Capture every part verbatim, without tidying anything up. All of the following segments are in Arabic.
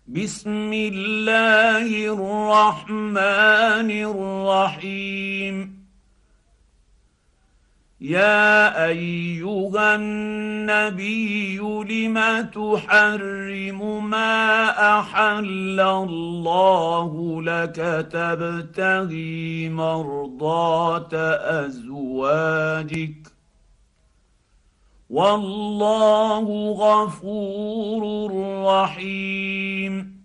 بسم الله الرحمن الرحيم. يا ايها النبي لم تحرم ما احل الله لك تبتغي مرضات ازواجك والله غفور رحيم.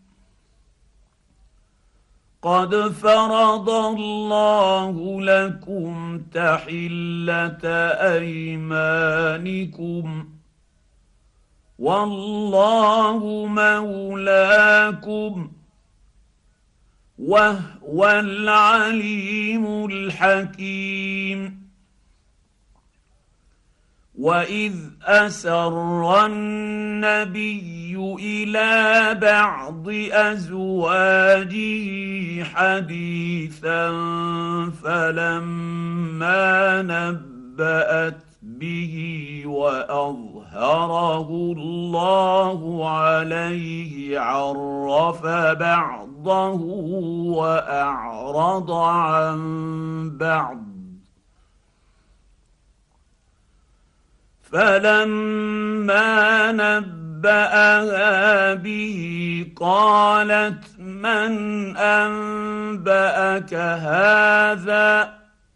قد فرض الله لكم تحلة ايمانكم والله مولاكم وهو العليم الحكيم. واذ اسر النبي الى بعض ازواجه حديثا فلما نبأت به واظهره الله عليه عرف بعضه واعرض عن بعض. فلما نبأها به قالت من أنبأك هذا؟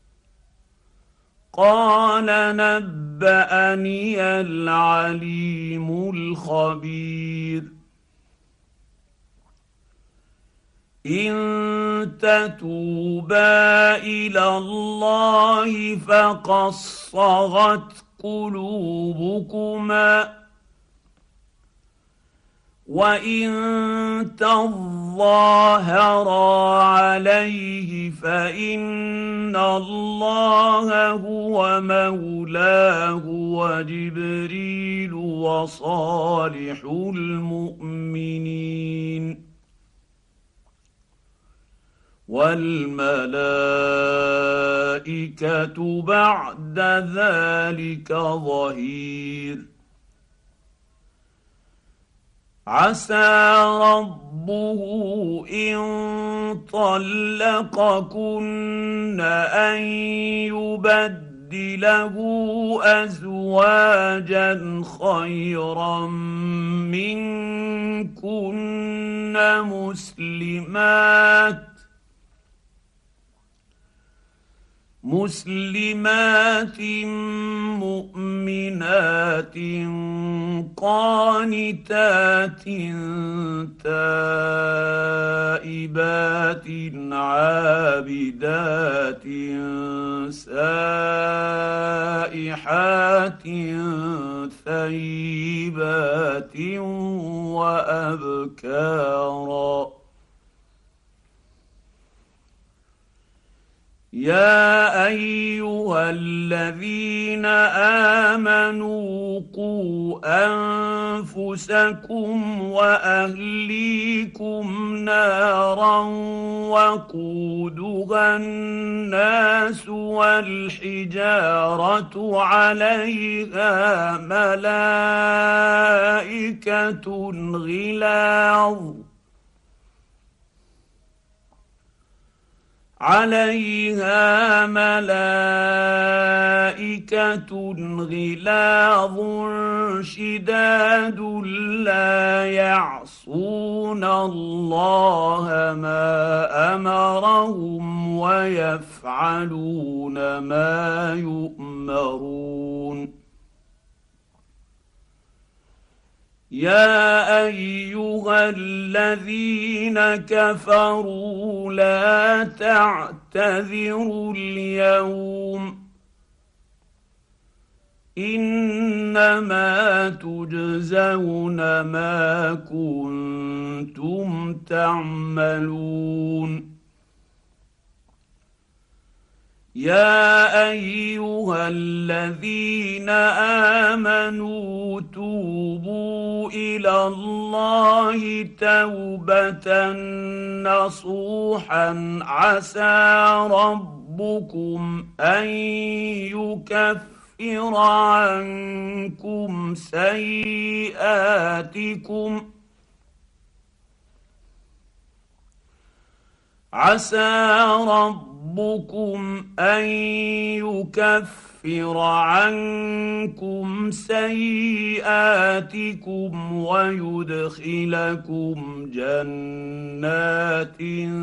قال نبأني العليم الخبير. إن تتوبا إلى الله فقد صغت قلوبكما وان تظاهرا عليه فان الله هو مولاه وجبريل وصالح المؤمنين والملائكة بعد ذلك ظهير. عسى ربه إن طلقكن أن يبدله أزواجا خيرا منكن مسلمات مسلمات مؤمنات قانتات تائبات عابدات سائحات ثيبات وأبكارا. يا ايها الذين امنوا قوا انفسكم واهليكم نارا وقودها الناس والحجاره عليها ملائكه غلاظ عليها ملائكة غلاظ شداد لا يعصون الله ما أمرهم ويفعلون ما يؤمرون. يا ايها الذين كفروا لا تعتذروا اليوم انما تجزون ما كنتم تعملون. يا ايها الذين امنوا توبوا الى الله توبه نصوحا عسى ربكم ان يكفر عنكم سيئاتكم عسى ربكم ان يكفر عنكم سيئاتكم ويدخلكم جنات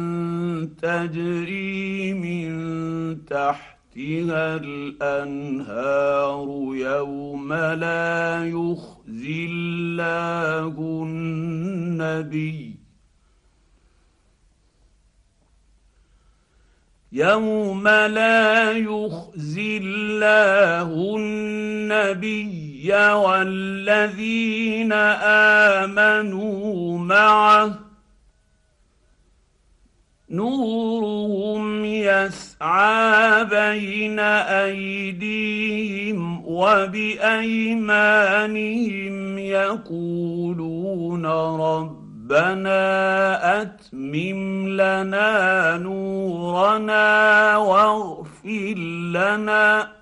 تجري من تحتها الانهار يوم لا يخزي الله النبي يوم لا يخزي الله النبي والذين آمنوا معه نورهم يسعى بين أيديهم وبأيمانهم يقولون رب ربنا أتمم لنا نورنا واغفر لنا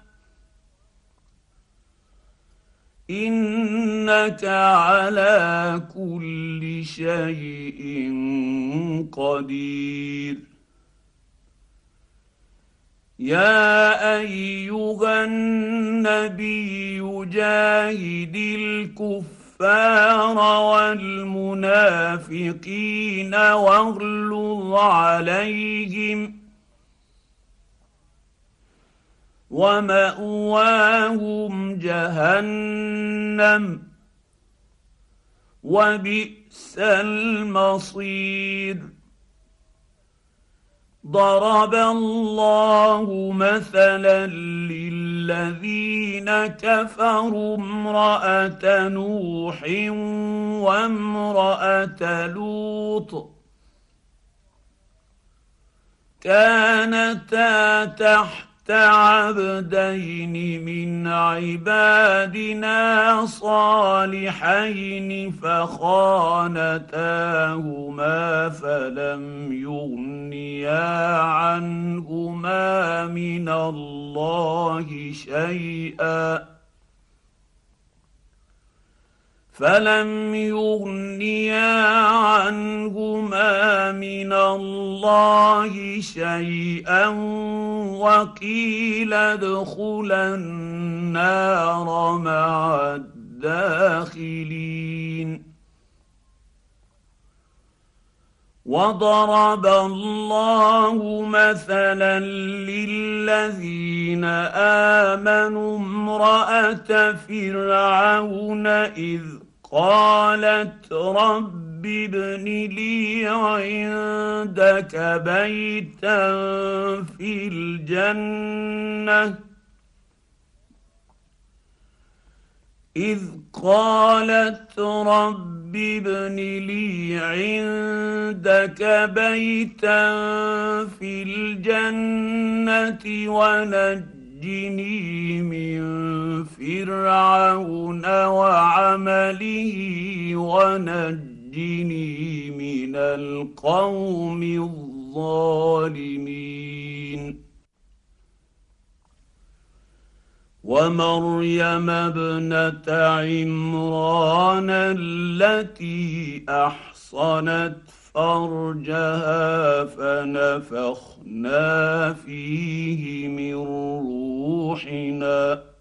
إنك على كل شيء قدير يا أيها النبي جاهد الكفر الكفار والمنافقين واغلظ عليهم ومأواهم جهنم وبئس المصير ضرب الله مثلا للذين كفروا امرأة نوح وامرأة لوط كانتا تحت عبدين من عبادنا صالحين فخانتاهما فلم يغنيا عنهما من الله شيئا فلم يغنيا عنهما من الله شيئا وقيل ادخلا النار مع الداخلين وضرب الله مثلا للذين آمنوا امرأة فرعون إذ قالت رب ابن لي عندك بيتا في الجنة إذ قالت رب ابن لي عندك بيتا في الجنة ونجني من فرعون وعمله ونجني من القوم الظالمين ومريم ابنة عمران التي أحصنت فرجها فنفخنا فيه من روحنا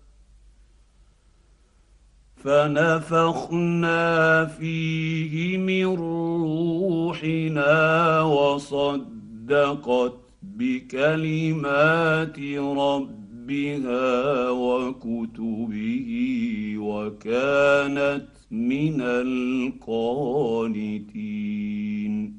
فنفخنا فيه من روحنا وصدقت بكلمات ربها بها وكتبه وكانت من القانتين